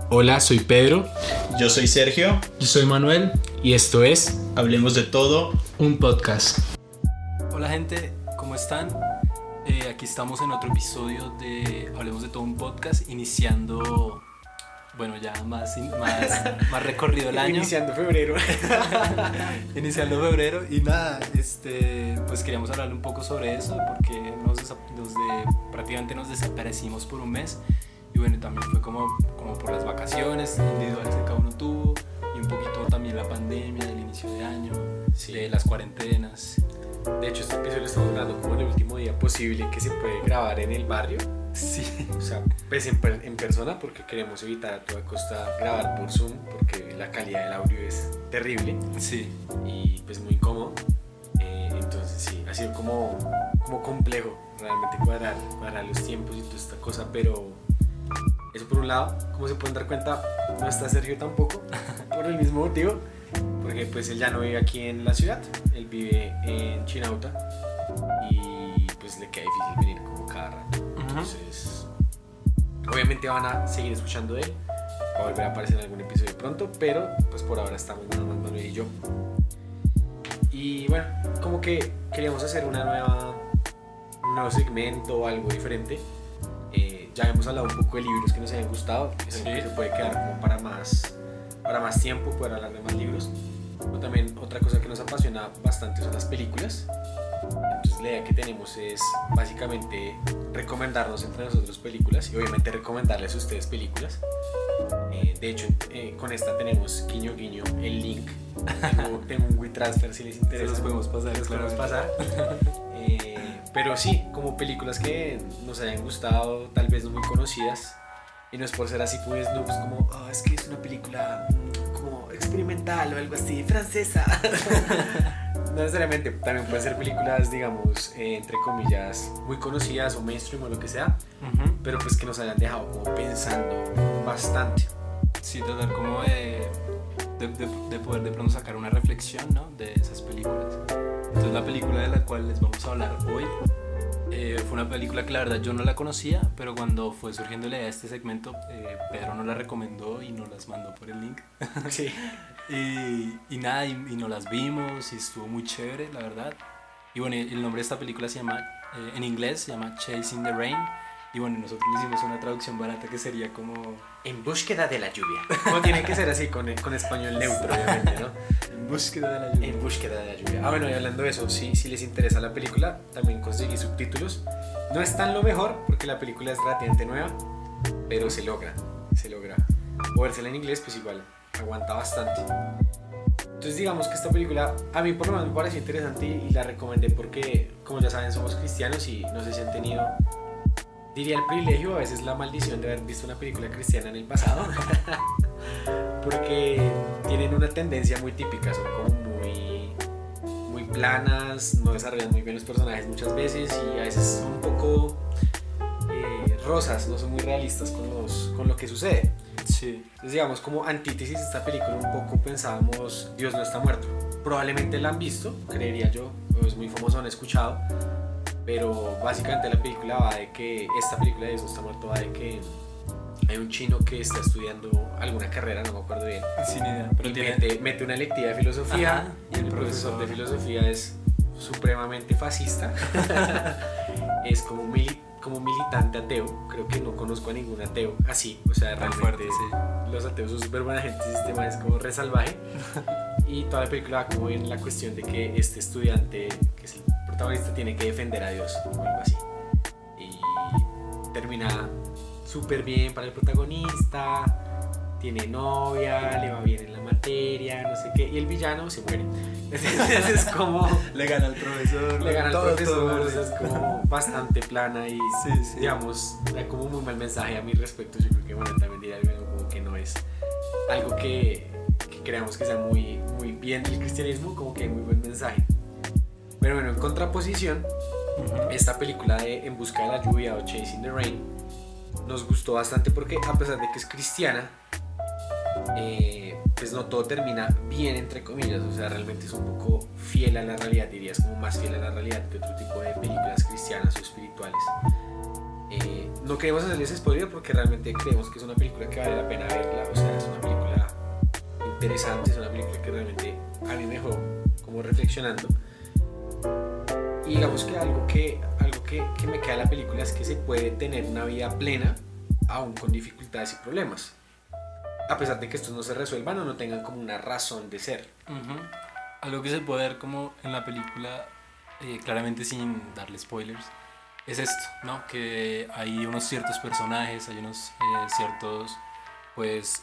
Hola, soy Pedro. Yo soy Sergio. Yo soy Manuel. Y esto es Hablemos de Todo, un podcast. Hola gente, ¿cómo están? Aquí estamos en otro episodio de Hablemos de Todo, un podcast, iniciando, bueno, ya más recorrido el año. Iniciando febrero. Iniciando febrero y nada, pues queríamos hablar un poco sobre eso porque prácticamente nos desaparecimos por un mes. Y bueno, también fue como por las vacaciones individuales que cada uno tuvo y un poquito también la pandemia, el inicio de año, sí, de las cuarentenas. De hecho, este episodio lo estamos grabando como en el último día posible que se puede grabar en el barrio. Sí. O sea, pues en persona, porque queremos evitar a toda costa grabar por Zoom, porque la calidad del audio es terrible. Sí. Y pues muy incómodo. Entonces sí, ha sido como complejo realmente cuadrar los tiempos y toda esta cosa, pero eso por un lado. Como se pueden dar cuenta, no está Sergio tampoco, por el mismo motivo, porque pues él ya no vive aquí en la ciudad, él vive en Chinauta y pues le queda difícil venir como cada rato. Entonces, obviamente van a seguir escuchando de él, va a volver a aparecer en algún episodio pronto, pero pues por ahora estamos nada más Manuel y yo. Y bueno, como que queríamos hacer un nuevo segmento o algo diferente. Ya hemos hablado un poco de libros que nos hayan gustado, que sí, se puede quedar como para más tiempo, poder hablar de más libros. Pero también otra cosa que nos apasiona bastante son las películas. Entonces la idea que tenemos es básicamente recomendarnos entre nosotros películas y obviamente recomendarles a ustedes películas. De hecho, con esta tenemos guiño guiño el link. Tengo un WeTransfer si les interesa. Se los podemos pasar. Pero sí, como películas que nos hayan gustado, tal vez no muy conocidas. Y no es por ser así pues noobs como es que es una película como experimental o algo así, francesa. No necesariamente, también pueden ser películas, digamos, entre comillas, muy conocidas o mainstream o lo que sea, pero pues que nos hayan dejado como pensando bastante. Sí, tratar como de poder de pronto sacar una reflexión, ¿no?, de esas películas. Entonces la película de la cual les vamos a hablar hoy fue una película que la verdad yo no la conocía, pero cuando fue surgiendo la idea de este segmento, Pedro nos la recomendó y nos las mandó por el link. Sí. y nada, y nos las vimos y estuvo muy chévere, la verdad. Y bueno, el nombre de esta película se llama, en inglés se llama Chasing the Rain. Y bueno, nosotros le hicimos una traducción barata que sería como En búsqueda de la lluvia. No tiene que ser así con español neutro, obviamente, ¿no? En búsqueda de la lluvia. En búsqueda de la lluvia. Bueno, y hablando de eso, si les interesa la película, también conseguí subtítulos. No es tan lo mejor, porque la película es relativamente nueva, pero se logra. O vérsela en inglés, pues igual, aguanta bastante. Entonces digamos que esta película a mí por lo menos me pareció interesante y la recomendé porque, como ya saben, somos cristianos y no sé si han tenido, diría, el privilegio, a veces la maldición de haber visto una película cristiana en el pasado. Porque tienen una tendencia muy típica, son como muy planas, no desarrollan muy bien los personajes muchas veces y a veces son un poco rosas, no son muy realistas con lo que sucede. Sí. Entonces digamos, como antítesis de esta película un poco pensábamos Dios no está muerto. Probablemente la han visto, creería yo, es muy famoso, han escuchado. Pero básicamente la película va de que esta película de Dios no está muerto va de que hay un chino que está estudiando alguna carrera, no me acuerdo bien, sin idea, pero mete una electiva de filosofía. Ajá, y el profesor de filosofía es supremamente fascista. Es como militante ateo, creo que no conozco a ningún ateo así, o sea, realmente fuerte, sí. Los ateos son súper buena gente, el sistema es como re salvaje. Y toda la película va como en la cuestión de que este estudiante, que es el protagonista, tiene que defender a Dios o algo así, y termina súper bien para el protagonista, tiene novia, le va bien en la materia, no sé qué, y el villano se muere. Entonces es como le gana al profesor, todo, es como bastante plana y sí. Digamos, da como un muy mal mensaje a mi respecto. Yo creo que bueno, también diría algo como que no es algo que creamos que sea muy bien del cristianismo, como que hay muy buen mensaje. Pero bueno, en contraposición, esta película de En busca de la lluvia o Chasing the Rain nos gustó bastante porque a pesar de que es cristiana, pues no todo termina bien, entre comillas, o sea, realmente es un poco fiel a la realidad, dirías como más fiel a la realidad que otro tipo de películas cristianas o espirituales. no queremos hacerles spoiler porque realmente creemos que es una película que vale la pena verla, o sea, es una película interesante, es una película que realmente a mí me dejó como reflexionando. Y digamos que algo que me queda de la película es que se puede tener una vida plena aún con dificultades y problemas, a pesar de que estos no se resuelvan o no tengan como una razón de ser. Algo que se puede ver como en la película, claramente sin darle spoilers, es esto, ¿no? Que hay unos ciertos personajes, hay unos ciertos pues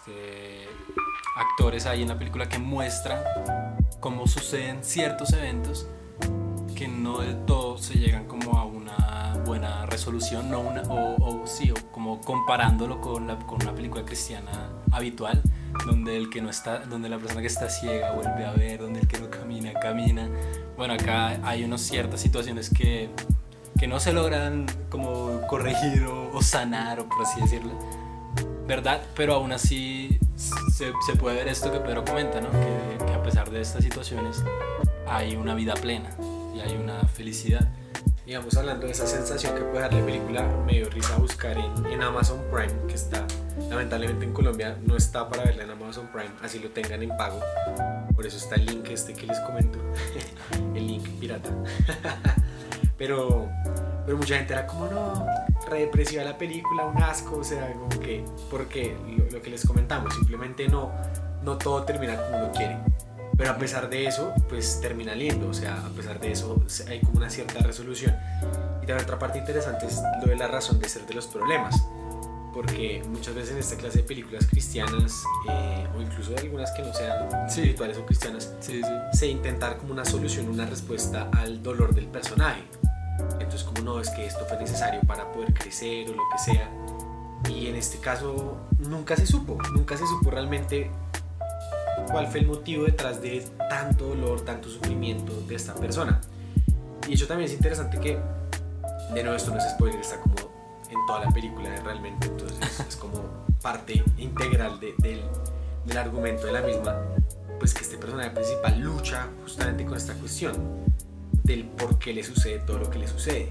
actores ahí en la película que muestran cómo suceden ciertos eventos que no del todo se llegan como a una buena resolución, no o como comparándolo con una película cristiana habitual, donde donde la persona que está ciega vuelve a ver, donde el que no camina. Bueno, acá hay unas ciertas situaciones que no se logran como corregir o sanar, o por así decirlo, ¿verdad? Pero aún así se puede ver esto que Pedro comenta, ¿no? Que a pesar de estas situaciones hay una vida plena y hay una felicidad. Digamos, hablando de esa sensación que puede dar la película, me dio risa buscar en Amazon Prime, que está, lamentablemente en Colombia no está para verla en Amazon Prime, así lo tengan en pago. Por eso está el link que les comento, el link pirata. pero mucha gente era como, no, re depresiva la película, un asco, o sea, como que, porque lo que les comentamos, simplemente no todo termina como uno quiere. Pero a pesar de eso, pues termina lindo, o sea, a pesar de eso hay como una cierta resolución. Y también otra parte interesante es lo de la razón de ser de los problemas, porque muchas veces en esta clase de películas cristianas, o incluso de algunas que no sean espirituales o cristianas, se intentar como una solución, una respuesta al dolor del personaje. Entonces, como no, es que esto fue necesario para poder crecer o lo que sea. Y en este caso nunca se supo realmente cuál fue el motivo detrás de tanto dolor, tanto sufrimiento de esta persona. Y eso también es interesante que, de nuevo, esto no es spoiler, está como en toda la película realmente, entonces es como parte integral del argumento de la misma, pues que este personaje principal lucha justamente con esta cuestión del por qué le sucede todo lo que le sucede.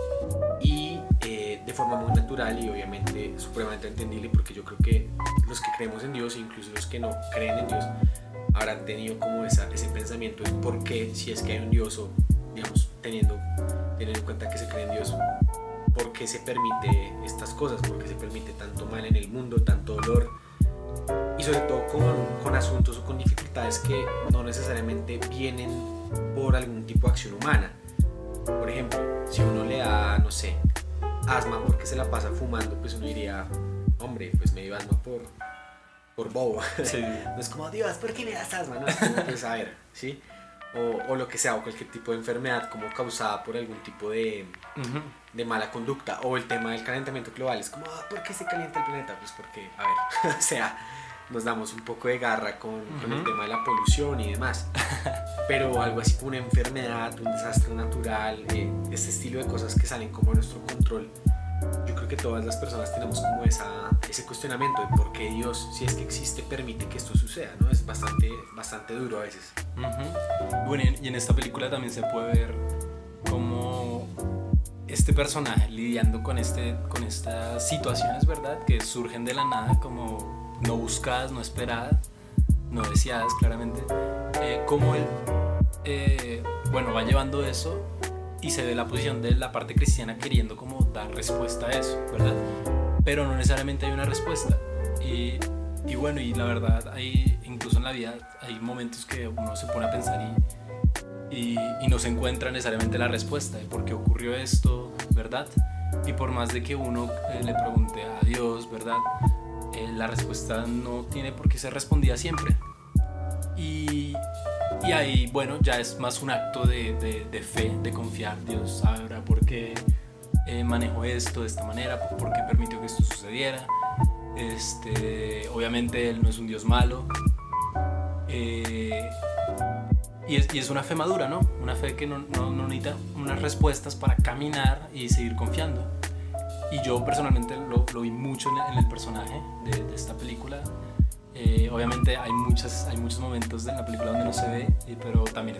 Y de forma muy natural y obviamente supremamente entendible, porque yo creo que los que creemos en Dios, incluso los que no creen en Dios, habrán tenido como ese pensamiento de por qué, si es que hay un Dios, o digamos teniendo en cuenta que se cree en Dios, por qué se permite estas cosas, por qué se permite tanto mal en el mundo, tanto dolor, y sobre todo con asuntos o con dificultades que no necesariamente vienen por algún tipo de acción humana. Por ejemplo, si uno le da, no sé, asma porque se la pasa fumando, pues uno diría, hombre, pues me dio asma por bobo. Sí. No es como, Dios, ¿por qué me das asma? No, es como, pues a ver, ¿sí? O lo que sea, o cualquier tipo de enfermedad como causada por algún tipo de mala conducta, o el tema del calentamiento global, es como, ¿por qué se calienta el planeta? Pues porque, a ver, o sea, nos damos un poco de garra con el tema de la polución y demás, pero algo así como una enfermedad, un desastre natural, este estilo de cosas que salen como a nuestro control, yo creo que todas las personas tenemos como ese cuestionamiento de por qué Dios, si es que existe, permite que esto suceda, ¿no? Es bastante duro a veces. Bueno, y en esta película también se puede ver cómo este personaje lidiando con estas situaciones, ¿verdad? Que surgen de la nada, como no buscadas, no esperadas, no deseadas claramente, cómo él va llevando eso y se ve la posición de la parte cristiana queriendo como dar respuesta a eso, ¿verdad? Pero no necesariamente hay una respuesta. Y la verdad, incluso en la vida hay momentos que uno se pone a pensar y no se encuentra necesariamente la respuesta de por qué ocurrió esto, ¿verdad? Y por más de que uno le pregunte a Dios, ¿verdad? La respuesta no tiene por qué ser respondida siempre. Y ahí, bueno, ya es más un acto de fe, de confiar. Dios sabrá por qué manejó esto de esta manera, por qué permitió que esto sucediera. Obviamente Él no es un Dios malo. Y es una fe madura, ¿no? Una fe que no necesita unas respuestas para caminar y seguir confiando. Y yo personalmente lo vi mucho en el personaje de esta película. Obviamente hay muchos momentos en la película donde no se ve, pero también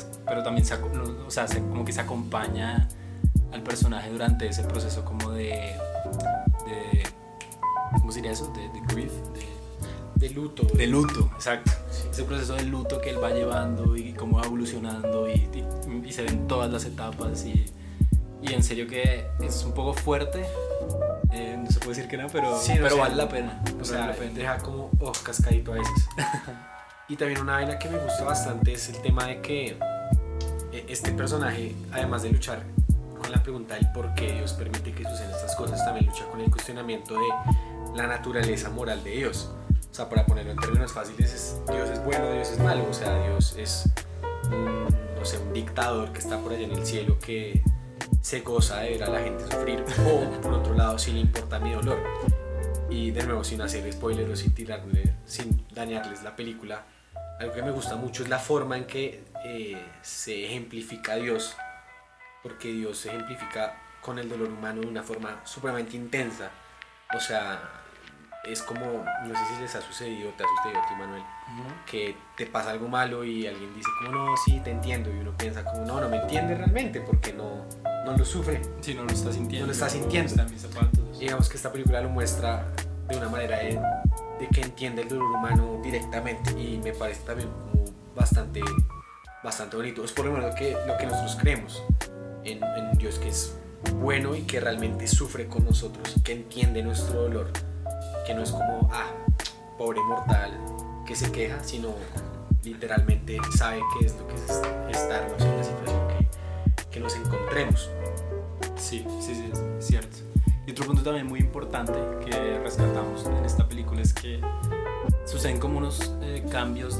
como que se acompaña al personaje durante ese proceso como de ¿cómo sería eso? De grief, De luto. de luto, exacto. Sí. Ese proceso de luto que él va llevando y cómo va evolucionando y se ven todas las etapas y en serio que es un poco fuerte, no se puede decir que no, pero, Sí, no pero sé. vale la pena. O sea, vale la pena. deja como cascadito a veces. Y también una vaina que me gusta bastante es el tema de que este personaje, además de luchar con la pregunta del por qué Dios permite que sucedan estas cosas, también lucha con el cuestionamiento de la naturaleza moral de Dios. O sea, para ponerlo en términos fáciles, Dios es bueno, Dios es malo. O sea, Dios es no sé, un dictador que está por allá en el cielo que se goza de ver a la gente sufrir, o por otro lado, si le importa mi dolor. Y de nuevo, sin hacer spoilers o sin dañarles la película, algo que me gusta mucho es la forma en que se ejemplifica a Dios, porque Dios se ejemplifica con el dolor humano de una forma supremamente intensa. O sea, es como, no sé si les ha sucedido, te ha sucedido a ti, Manuel, que te pasa algo malo y alguien dice como, no, sí, te entiendo, y uno piensa como, no me entiende realmente porque no lo sufre. Sí, no lo está sintiendo. No lo está sintiendo. Está en mis zapatos. Digamos que esta película lo muestra de una manera de que entiende el dolor humano directamente, y me parece también como bastante bonito. Es por lo menos lo que nosotros creemos en Dios, que es bueno y que realmente sufre con nosotros y que entiende nuestro dolor, que no es como, pobre mortal que se queja, sino literalmente sabe qué es lo que es estarnos en la situación que nos encontremos. Sí, es cierto. Y otro punto también muy importante que rescatamos en esta película es que suceden como unos cambios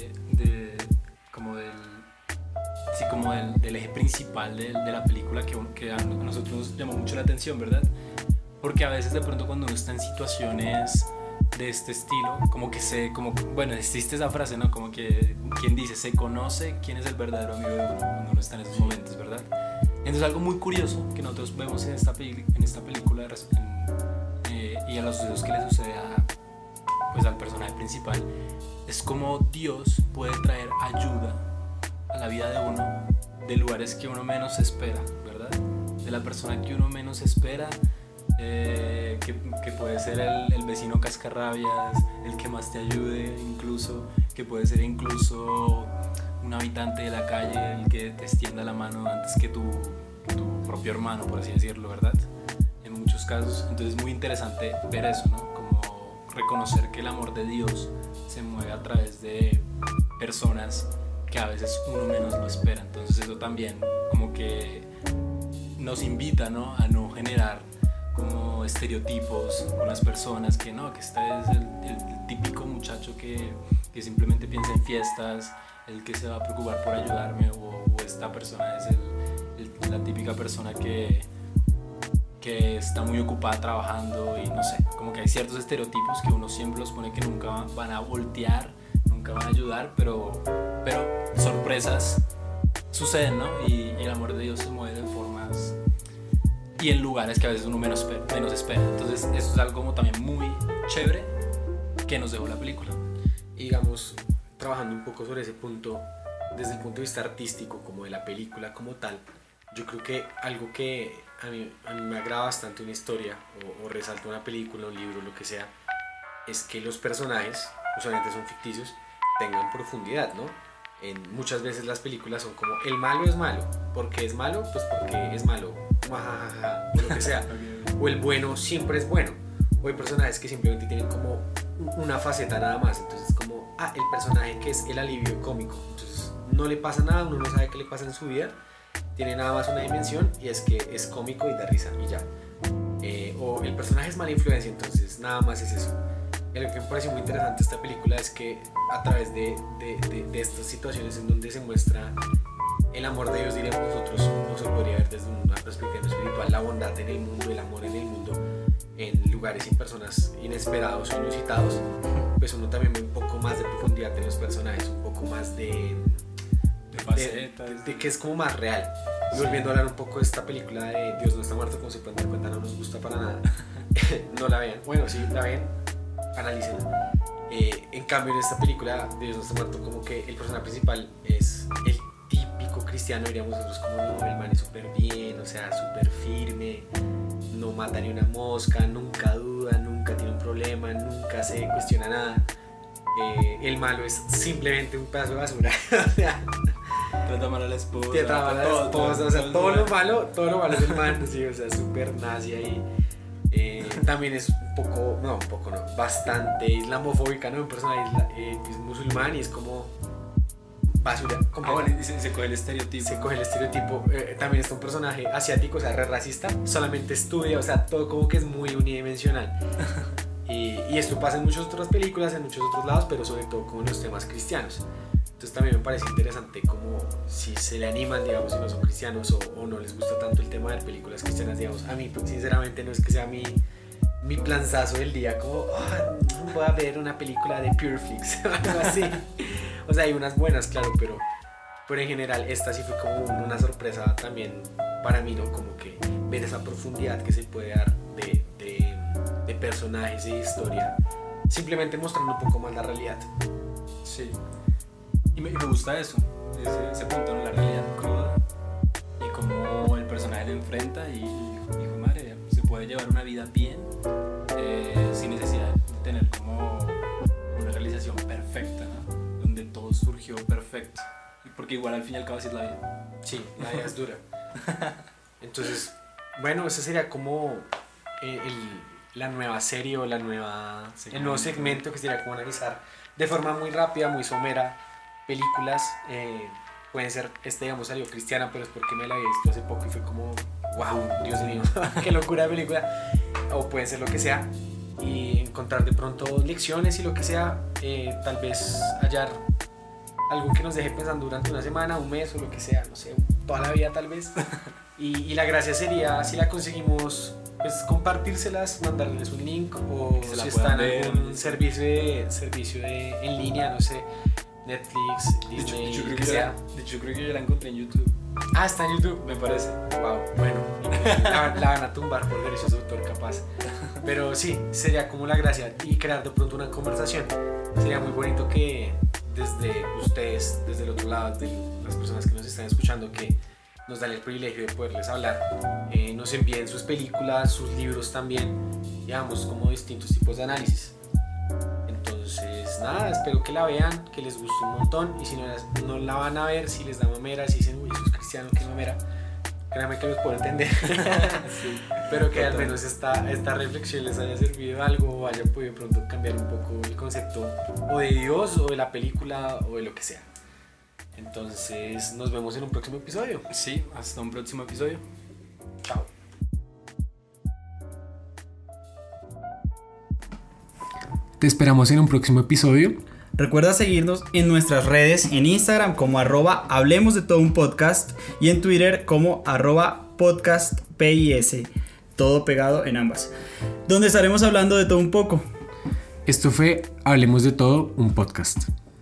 como del eje principal de la película que a nosotros nos llamó mucho la atención, ¿verdad? Porque a veces de pronto cuando uno está en situaciones de este estilo, bueno, existe esa frase, ¿no? Como que quien dice, se conoce quién es el verdadero amigo de uno cuando uno está en esos momentos, ¿verdad? Entonces algo muy curioso que nosotros vemos en esta película y a los sucesos que le sucede al personaje principal es como Dios puede traer ayuda a la vida de uno de lugares que uno menos espera, ¿verdad? De la persona que uno menos espera, que puede ser el vecino cascarrabias, el que más te ayude incluso, que puede ser incluso un habitante de la calle, el que te extienda la mano antes que tu propio hermano, por así decirlo, ¿verdad? En muchos casos. Entonces es muy interesante ver eso, ¿no? Como reconocer que el amor de Dios se mueve a través de personas que a veces uno menos lo espera. Entonces eso también como que nos invita, ¿no? A no generar como estereotipos con las personas, que no, que este es el típico muchacho que simplemente piensa en fiestas, el que se va a preocupar por ayudarme, o esta persona es la típica persona que está muy ocupada trabajando, y no sé, como que hay ciertos estereotipos que uno siempre los pone que nunca van a voltear, nunca van a ayudar, pero sorpresas suceden, ¿no? Y el amor de Dios se mueve de formas y en lugares que a veces uno menos espera. Entonces eso es algo como también muy chévere que nos dejó la película. Y digamos, trabajando un poco sobre ese punto, desde el punto de vista artístico, como de la película como tal, yo creo que algo que a mí me agrada bastante una historia, o resalta una película, un libro, lo que sea, es que los personajes, usualmente son ficticios, tengan profundidad, ¿no? Muchas veces las películas son como, el malo es malo. ¿Por qué es malo? Pues porque es malo, o lo que sea. O el bueno siempre es bueno. O hay personajes que simplemente tienen como una faceta nada más. Entonces como, el personaje que es el alivio cómico. Entonces no le pasa nada, uno no sabe qué le pasa en su vida. Tiene nada más una dimensión, y es que es cómico y da risa y ya. O el personaje es mala influencia, entonces nada más es eso. Y lo que me pareció muy interesante esta película es que a través de estas situaciones en donde se muestra el amor de Dios, diríamos nosotros, o se podría ver desde una perspectiva espiritual, la bondad en el mundo, el amor en el mundo, en lugares y personas inesperados o inusitados, pues uno también ve un poco más de profundidad en los personajes, un poco más de que es como más real. Y volviendo a hablar un poco de esta película de Dios no está muerto, como se pueden dar cuenta, no nos gusta para nada. No la vean. Bueno, sí, la ven, analícenla. En cambio, en esta película de Dios no está muerto, como que el personaje principal es el típico cristiano, diríamos nosotros, como no, el man es súper bien, o sea, súper firme, no mata ni una mosca, nunca duda, nunca tiene un problema, nunca se cuestiona nada. El malo es simplemente un pedazo de basura. O sea, Trata mal a la esposa. trata mal a la esposa, o sea, todo lo malo es el man, sí, o sea, súper nazi ahí. También es bastante islamofóbica, ¿no? Un personaje es musulmán y es como basura. Bueno, y se coge el estereotipo. Se coge el estereotipo. También está un personaje asiático, o sea, re racista, solamente estudia, o sea, todo como que es muy unidimensional. Y esto pasa en muchas otras películas, en muchos otros lados, pero sobre todo con los temas cristianos. Entonces también me parece interesante como si se le animan, digamos, si no son cristianos o no les gusta tanto el tema de películas cristianas, digamos. A mí, sinceramente, no es que sea mi planzazo del día, como voy a ver una película de Pureflix o algo así. O sea, hay unas buenas, claro, pero en general esta sí fue como una sorpresa también para mí, ¿no? Como que ver esa profundidad que se puede dar de personajes y de historia, simplemente mostrando un poco más la realidad. Sí. Y me gusta eso, ese punto en la realidad cruda y cómo el personaje lo enfrenta y madre, se puede llevar una vida bien sin necesidad de tener como una realización perfecta, ¿no? Donde todo surgió perfecto, porque igual al fin y al cabo así es la vida. Sí, la vida es dura. Entonces, bueno, ese sería como la nueva serie o el nuevo segmento que sería como analizar de forma muy rápida, muy somera películas. Pueden ser, digamos salió cristiana, pero es porque me la había visto hace poco y fue como wow, Dios mío, qué locura de película. O pueden ser lo que sea y encontrar de pronto lecciones y lo que sea, tal vez hallar algo que nos deje pensando durante una semana, un mes o lo que sea, no sé, toda la vida tal vez. Y la gracia sería, si la conseguimos, pues compartírselas, mandarles un link o si están en algún servicio en línea, no sé, Netflix, Disney, de hecho, lo que sea. De hecho, creo que yo la encontré en YouTube. Ah, está en YouTube, Me parece. wow, bueno, la van a tumbar por derechos de autor capaz. Pero sí, sería como la gracia y crear de pronto una conversación. Sería muy bonito que desde ustedes, desde el otro lado, de las personas que nos están escuchando, que nos dan el privilegio de poderles hablar, nos envíen sus películas, sus libros también, digamos, como distintos tipos de análisis. Entonces, nada, espero que la vean, que les guste un montón, y si no la van a ver, si les da mamera, si dicen, uy, eso es cristiano, qué mamera, créanme que los puedo entender. Sí, pero que al total. menos esta reflexión les haya servido de algo o haya podido de pronto cambiar un poco el concepto o de Dios o de la película o de lo que sea. Entonces nos vemos en un próximo episodio. Sí, hasta un próximo episodio. Chao. Te esperamos en un próximo episodio. Recuerda seguirnos en nuestras redes, en Instagram como @hablemos de todo un podcast y en Twitter como @podcastpis, todo pegado en ambas, donde estaremos hablando de todo un poco. Esto fue Hablemos de Todo, un podcast.